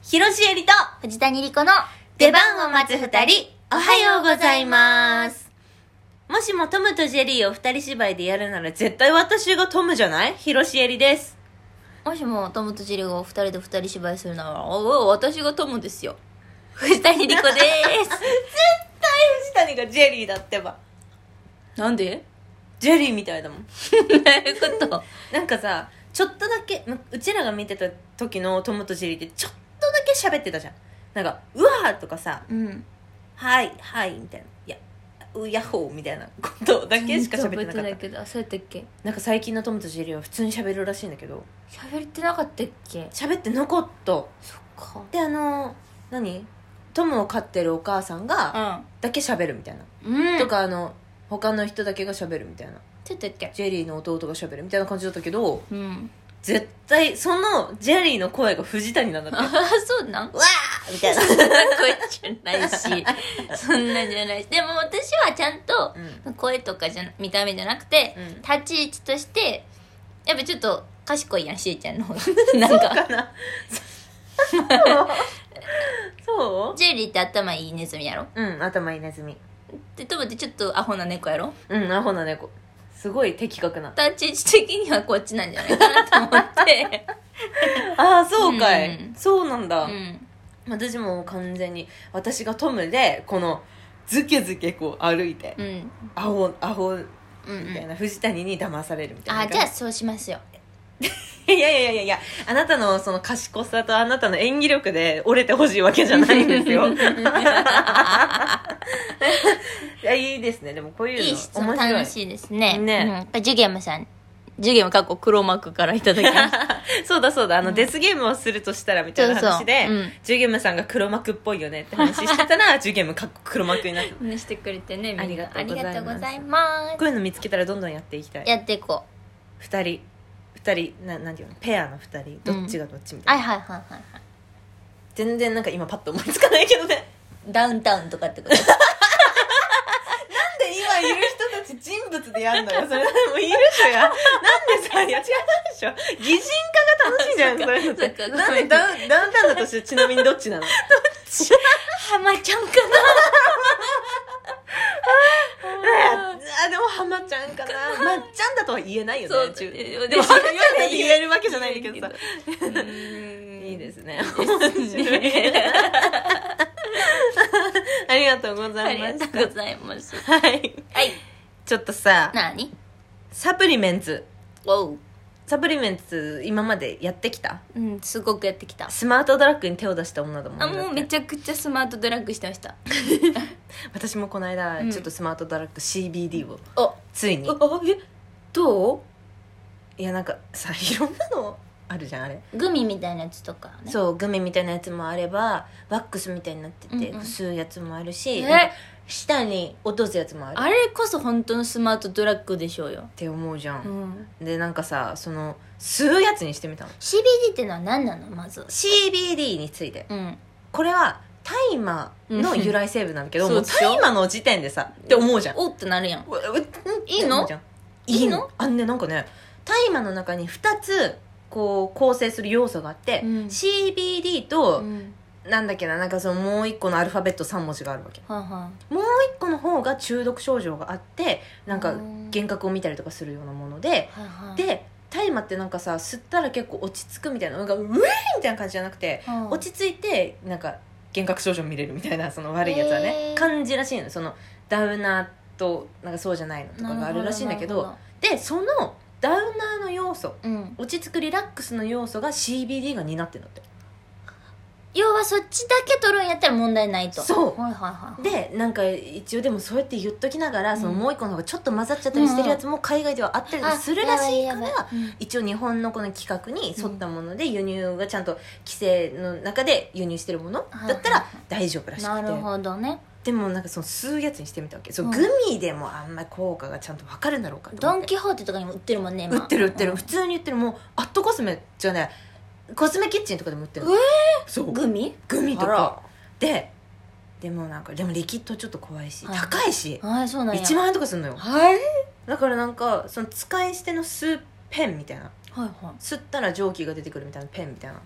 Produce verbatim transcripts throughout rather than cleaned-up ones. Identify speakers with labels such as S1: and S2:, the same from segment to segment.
S1: 広瀬えりと
S2: 藤谷莉子の
S1: 出番を待つ二人、おはようございます。もしもトムとジェリーを二人芝居でやるなら絶対私がトムじゃない？広瀬えりです。
S2: もしもトムとジェリーが二人で二人芝居するならお私がトムですよ。藤谷莉子です絶対
S1: 藤谷がジェリーだってば。
S2: なんで？
S1: ジェリーみたいだもん
S2: どういうこと？
S1: なんかさ、ちょっとだけうちらが見てた時のトムとジェリーってちょっとだけ喋ってたじゃん。なんかうわーとかさ、
S2: うん
S1: はいはいみたいな、いやうやっほーみたいなことだけしか喋ってなかった。
S2: だけど、そうやったっけ？
S1: なんか最近のトムとジェリーは普通に喋るらしいんだけど、
S2: 喋ってなかったっけ？
S1: 喋ってなかった。
S2: そっか。
S1: で、あの何トムを飼ってるお母さんがだけ喋るみたいな、
S2: うん、
S1: とかあの他の人だけが喋るみたいな、
S2: ちょっとっけ
S1: ジェリーの弟が喋るみたいな感じだったけど、
S2: うん、
S1: 絶対そのジェリーの声が藤谷なんだって。
S2: ああそうなん？
S1: うわーみたいな
S2: そんな声じゃないしそんなんじゃないし、でも私はちゃんと声とかじゃ見た目じゃなくて、うん、立ち位置としてやっぱちょっと賢いやん、しーちゃんの方がなんか
S1: そうかなそう
S2: ジェリーって頭いいネズミやろ？
S1: うん、頭いいネズミ
S2: でトムってちょっとアホな猫やろ？
S1: うん、アホな猫。すごい的確な
S2: 立ち位置的にはこっちなんじゃないかなと思って
S1: ああそうかい、
S2: うん、
S1: そうなんだ、
S2: うん、
S1: 私も完全に私がトムでこのズケズケこう歩いて、
S2: うん、
S1: アホアホみたいな、
S2: うんうん、
S1: 藤谷に騙されるみたいな。
S2: あ、じゃあそうしますよ
S1: いやいやいやいやいや、あなたのその賢さとあなたの演技力で折れてほしいわけじゃないんですよいや、いいですね。でもこういうの
S2: いい質問楽しいですね。
S1: ね、
S2: うん、ジュゲムさん、ジュゲム過去黒幕からいただきました
S1: そうだそうだ、あの、うん、デスゲームをするとしたらみたいな話で、
S2: そうそう、うん、
S1: ジュゲムさんが黒幕っぽいよねって話してたらジュゲム過去黒幕になって
S2: ね、してくれてね、みんな
S1: ありがとうございます。ありがとうござい
S2: ます。
S1: こういうの見つけたらどんどんやっていきたい。
S2: やっていこう。
S1: 二人二人な、なんていうの、ペアの二人どっちがどっちみたいな、
S2: うん、はいはいはいはい、
S1: 全然なんか今パッと思いつかないけどね。
S2: ダウンタウンとかってことなん
S1: で今いる人たち人物でやるのよ。それもういる人や。なんでさ、いや違うでしょ、擬人化が楽しいじゃん。それってなんでダウンダウンタウンだとして、ちなみにどっちなの？どっち？
S2: 浜ちゃんかな
S1: あ、でも浜ちゃんかな。まっちゃんだとは言えないよね。
S2: そう
S1: でも浜ちゃんって言えるわけじゃないけどさ。いいですね。ありがとうございます。
S2: ありがとうございます。
S1: はい。はい。ちょっとさ、
S2: 何？
S1: サプリメンツ。
S2: おう。
S1: サプリメンツ今までやってきた？
S2: うん、すごくやってきた。
S1: スマートドラッグに手を出した女だもんね。
S2: あ、もうめちゃくちゃスマートドラッグしてました
S1: 私もこの間、うん、ちょっとスマートドラッグ シービーディー をついに。
S2: あ、え、どう？
S1: いや、なんかさ、いろんなのあるじゃん、あれ。
S2: グミみたいなやつとか、
S1: ね、そう、グミみたいなやつもあればワックスみたいになってて、うんうん、吸うやつもあるし、
S2: え、
S1: 舌に落とすやつもある。
S2: あれこそ本当のスマートドラッグでしょうよ
S1: って思うじゃん、
S2: うん、
S1: でなんかさ、その吸うやつにしてみたの。
S2: シービーディー ってのは何なの？まず
S1: シービーディー について、
S2: うん、
S1: これは大麻の由来成分なんだけど、
S2: うん、
S1: もう大麻の時点でさって思うじゃん。
S2: おってなるやん。
S1: いいの？
S2: いいの？
S1: あのね、なんかね、大麻の中にふたつこう構成する要素があって、うん、シービーディー と、うん、なんだっけな、なんかそのもう一個のアルファベットさん文字があるわけ、
S2: はは
S1: もう一個の方が中毒症状があって、なんか幻覚を見たりとかするようなもので、
S2: はは
S1: で大麻ってなんかさ、吸ったら結構落ち着くみたいな、なんかウェーみたいな感じじゃなくて、は落ち着いてなんか幻覚症状見れるみたいな、その悪いやつはね、感じらしいの。そのダウナーとなんかそうじゃないのとかがあるらしいんだけ ど, どでそのダウナーの要素、うん、落ち着くリラックスの要素が シービーディー が担ってるんだって。
S2: 要はそっちだけ取るんやったら問題ないと。
S1: そう、
S2: はいはいはい、
S1: でなんか一応でもそうやって言っときながら、うん、そのもう一個の方がちょっと混ざっちゃったりしてるやつも海外ではあったりするらしいから、うん、一応日本のこの規格に沿ったもので、輸入がちゃんと規制の中で輸入してるものだったら大丈夫らしくて、
S2: なるほどね。
S1: でもなんかその吸うやつにしてみたわけ。そう、うん、グミでもあんまり効果がちゃんと分かるんだろうかと
S2: ドン・
S1: 思って。
S2: キホーテとかにも売ってるもんね今。
S1: 売ってる売ってる、うん、普通に売ってる。もうアットコスメじゃね、コスメキッチンとかでも売ってる。
S2: えー、
S1: そう
S2: グミ
S1: グミとかで、でもなんかでもリキッドちょっと怖いし、はい、高いし、
S2: はい、そうなんや。
S1: いちまんえんとかするのよ。
S2: はい
S1: だからなんかその使い捨ての吸うペンみたいな、
S2: はいはい、
S1: 吸ったら蒸気が出てくるみたいなペンみたいな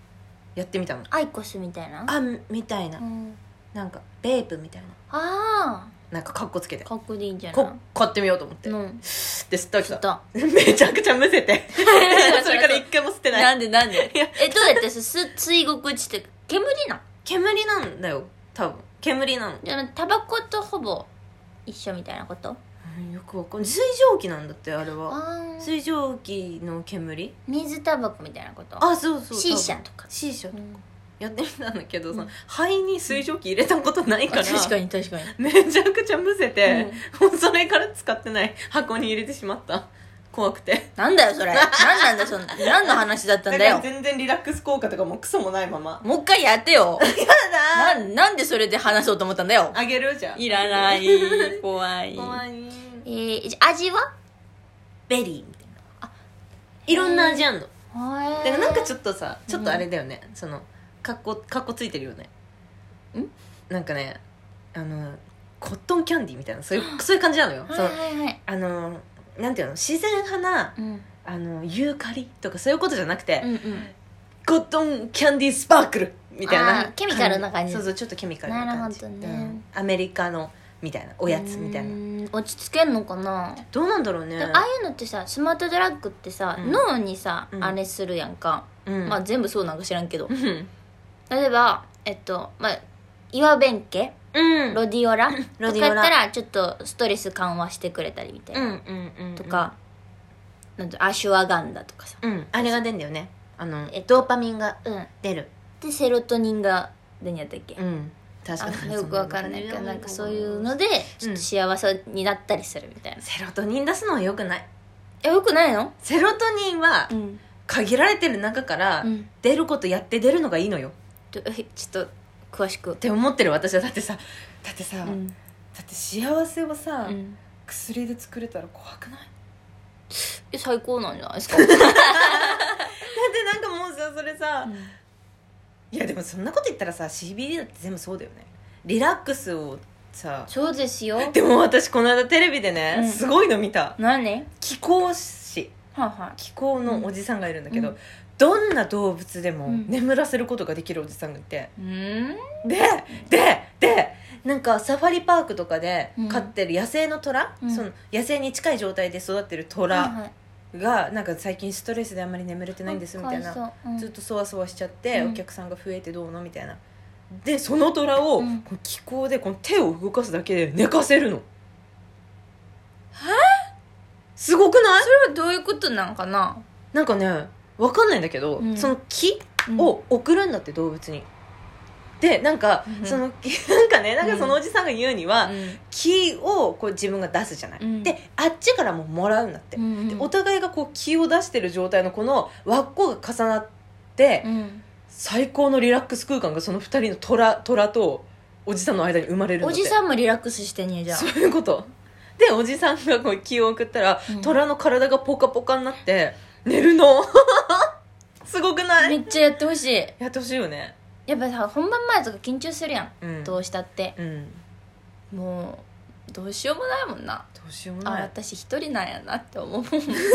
S1: やってみたの。
S2: アイコスみたいな。
S1: あみたいな、
S2: うん、
S1: なんかベープみたいな、
S2: あ
S1: なんかカッコつけて
S2: あかっこいいんじゃない。
S1: こ買ってみようと思って、
S2: うん、
S1: で吸ったわけ
S2: 吸った
S1: めちゃくちゃむせてそれから一回も吸ってない。
S2: なんでなんで
S1: いや
S2: えどうやってす吸い心地って煙なん。
S1: 煙なんだよ多分。煙なの。
S2: じゃあタバコとほぼ一緒みたいなこと。
S1: うん、よくわかんない。水蒸気なんだってあれは。
S2: あ
S1: 水蒸気の煙。
S2: 水タバコみたいなこと。
S1: あそうそう。
S2: シーシャとか。
S1: シーシャとか、
S2: うん
S1: やってみたんだけど、
S2: うん、
S1: その肺に水蒸気入れたことないから、
S2: 確かに確かに
S1: めちゃくちゃむせて、うん、もうそれから使ってない箱に入れてしまった。怖くて。
S2: なんだよそれ。なんなんだそんな何の話だったんだよ。
S1: だから全然リラックス効果とかもクソもないまま。
S2: もう一回やってよ。
S1: やだ
S2: ななんでそれで話そうと思ったんだよ。
S1: あげるじゃん。
S2: いらない怖い
S1: 怖い。
S2: えー、じゃ味は
S1: ベリーみたいな。あいろんな味あんの。だからなんかちょっとさちょっとあれだよね、うん、そのかっこかっこついてるよね。
S2: ん
S1: なんかねあのコットンキャンディーみたいなそういうそういう感じなのよ。
S2: はいはいはい、
S1: そのあのなんていうの自然派な、
S2: うん、
S1: あのユーカリとかそういうことじゃなくて、
S2: うんうん、
S1: コットンキャンディースパークルみたいな
S2: ケミカルな感じ。
S1: そうそうちょっとケミカルな感じ。
S2: なるほどね、
S1: うん、アメリカのみたいなおやつみたいな。
S2: 落ち着けんのかな。
S1: どうなんだろうね。
S2: ああいうのってさスマートドラッグってさ、うん、脳にさ、うん、あれするやんか、うん、まあ全部そうなんか知らんけど例えばえっとまあ岩弁慶、うん、ロディオラとかやったらちょっとストレス緩和してくれたりみたいな、うんうんうんうん、とかなんてアシュワガンダとかさ、
S1: うん、あれが出んだよね。あの、えっと、ドーパミンが出る、
S2: うん、でセロトニンが出んやったっけ、
S1: うん、確かに
S2: よくわからないけどなんかそういうのでちょっと幸せになったりするみたいな、うん、
S1: セロトニン出すのはよくない。
S2: えよくないの。
S1: セロトニンは限られてる中から出ることやって出るのがいいのよ、
S2: うん、ちょっと詳しく
S1: って思ってる私は。だってさだってさ、うん、だって幸せをさ、うん、薬で作れたら怖くない。
S2: え最高なんじゃないですかだって
S1: なんかもうさそれさ、うん、いやでもそんなこと言ったらさ シービーディー だって全部そうだよね。リラックスをさ。
S2: そうですよ。
S1: でも私この間テレビでね、うん、すごいの見た。
S2: 何。
S1: 気候師、
S2: はあはあ、
S1: 気候のおじさんがいるんだけど、
S2: うん、
S1: どんな動物でも眠らせることができるおじさんがいて、
S2: うん、
S1: でででなんかサファリパークとかで飼ってる野生の虎、うん、その野生に近い状態で育ってる虎がなんか最近ストレスであんまり眠れてないんですみたいな、うん、ずっとそわそわしちゃって、うん、お客さんが増えてどうのみたいな。でその虎を、うん、この気候でこの手を動かすだけで寝かせるの。
S2: は
S1: すごくない？
S2: それはどういうことなんかな。
S1: なんかね分かんないんだけど、うん、その気を送るんだって動物に。でなんか、うん、そのなんかねなんかそのおじさんが言うには、うん、気をこう自分が出すじゃない、うん、であっちからももらうんだって、うんうん、でお互いがこう気を出してる状態のこの輪っこが重なって、うん、最高のリラックス空間がそのふたりの虎虎とおじさんの間に生まれるんだって。
S2: おじさんもリラックスしてんねじゃん。
S1: そういうことでおじさんがこう気を送ったら、うん、虎の体がポカポカになって寝るのすごくない？
S2: めっちゃやってほしい。
S1: やってほしいよね。
S2: やっぱさ本番前とか緊張するやん、うん、どうしたって、
S1: うん、
S2: もうどうしようもないもんな。
S1: どうしようもない。
S2: あ私一人なんやなって思う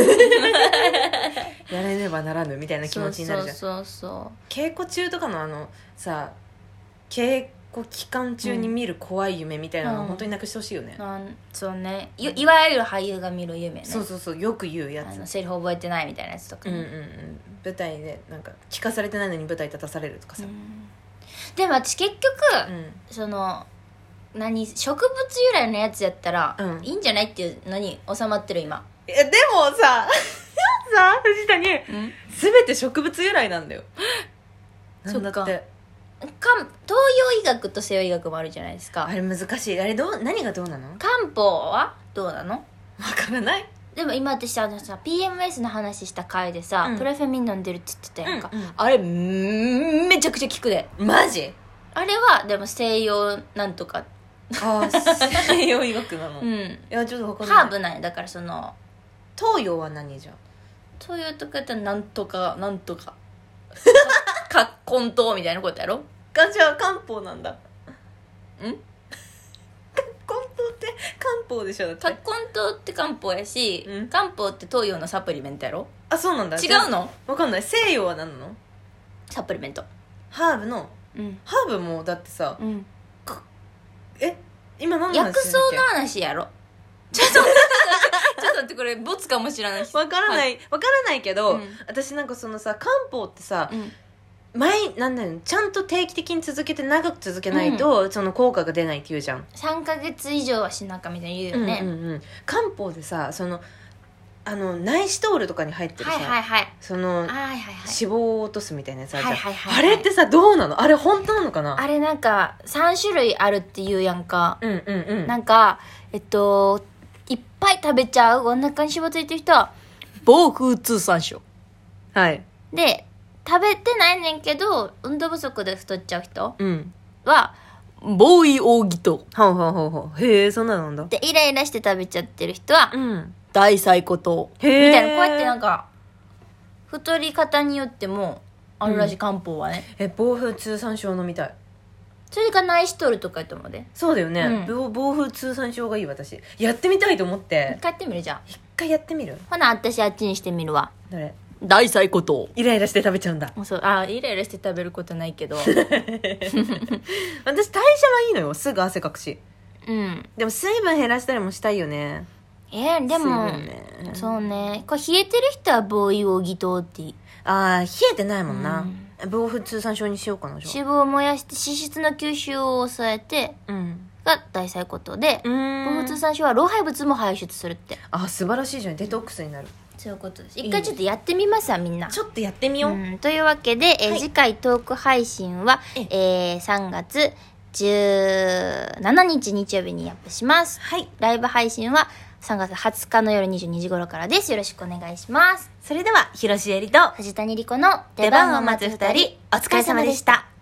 S1: やれねばならぬみたいな気持ちになるじゃん。
S2: そうそうそう
S1: 稽古中とかのあのさ稽古期間中に見る怖い夢みたいなの、うん、本当になくしてほしいよね、
S2: うん、そうね い, いわゆる俳優が見る夢ね。
S1: そうそうそうよく言うやつ。
S2: あのセリフ覚えてないみたいなやつとか、ね、
S1: うんうんうん、舞台でなんか聞かされてないのに舞台立たされるとかさ、うん、
S2: でも私結局、うん、その何植物由来のやつやったら、うん、いいんじゃないっていうのに収まってる今。
S1: えでもささ藤谷、うん、全て植物由来なんだよ。なんだって
S2: か東洋医学と西洋医学もあるじゃないですか。
S1: あれ難しい。あれどう何がどうなの？
S2: 漢方はどうなの？
S1: わからない。
S2: でも今私あのさ ピーエムエス の話した回でさ、うん、プロフェミン飲んでるって言ってたやんか、うんうん、あれめちゃくちゃ効くで。
S1: マジ？
S2: あれはでも西洋なんとか
S1: あ西洋医学なの？うんいやちょっとわかんない。
S2: ハーブなんや。だからその
S1: 東洋は何じゃん？
S2: 東洋とかやったらなんとかなんとか葛根湯みたいなことやろ。
S1: じゃあ漢方なんだ。ん葛根湯って漢方でしょ。だって
S2: 葛根湯って漢方やし、うん、漢方って東洋のサプリメントやろ。
S1: あそうなんだ。
S2: 違うの？
S1: わかんない。西洋は何なの？
S2: サプリメント。
S1: ハーブの
S2: うん
S1: ハーブもだってさ、
S2: うん
S1: え今何の話
S2: 薬草の話やろ。ちょっと待ってちょっと待って、これボツかもしれないし。
S1: わからない、
S2: はい、
S1: わからないけど、
S2: うん、
S1: 私なんかそのさ漢方ってさ、
S2: うん
S1: 毎なんだよちゃんと定期的に続けて長く続けないと、うん、その効果が出ないって言うじゃん。
S2: さんかげつ以上はしなかみたいに言うよね、
S1: うんうんうん、漢方でさそのあのナイシトールとかに入ってるさ、
S2: はいはいはい、
S1: その、
S2: はいはいはい、
S1: 脂肪を落とすみたいなやつあるじゃん、
S2: はいはいはいはい、
S1: あれってさどうなの、あれ本当なのかな。
S2: あれなんかさんしゅるいあるっていうやんか、
S1: うんうんうん、
S2: なんかえっといっぱい食べちゃうお腹に脂肪ついてる人は暴風通産症、
S1: はい
S2: で食べてないねんけど運動不足で太っちゃう人
S1: うん
S2: はボーイ扇と、
S1: ほうほうほうほう、へえそんなのなんだ。
S2: でイライラして食べちゃってる人は、
S1: うん、
S2: 大細骨糖み
S1: へー
S2: たいな、こうやってなんか太り方によってもあるらしい、うん、漢方はね。
S1: え暴風通産症飲みたい。
S2: それがナイシトールとかやと思うで。
S1: そうだよね、
S2: うん、
S1: 暴風通産症がいい。私やってみたいと思って。
S2: 一回やってみるじゃん。
S1: 一回やってみる。
S2: ほな私あっちにしてみるわ。
S1: どれ。
S2: 大細骨糖。
S1: イライラして食べちゃうんだ。
S2: そう、あイライラして食べることないけど私
S1: 代謝はいいのよ、すぐ汗かくし。うんでも水分減らしたりもしたいよね。
S2: えー、でも、ね、そうね、これ冷えてる人はボーイ扇糖っていい。
S1: ああ冷えてないもんな、うん、暴風通産症にしようかな。
S2: 脂肪を燃やして脂質の吸収を抑えて、うん、が大細骨で、暴風通産症は老廃物も排出するって。
S1: あ素晴らしいじゃん、デトックスになる。
S2: そういうことです。一回ちょっとやってみますわみんな。
S1: ちょっとやってみよう、うん、
S2: というわけで、えーはい、次回トーク配信は、えー、さんがつじゅうしちにち日曜日にアップします、はい、ライブ配信はさんがつはつかの夜にじゅうにじ頃からです。よろしくお願いします。
S1: それでは広瀬えりと
S2: 藤谷莉子の
S1: 出番を待つふたり、お疲れ様でした。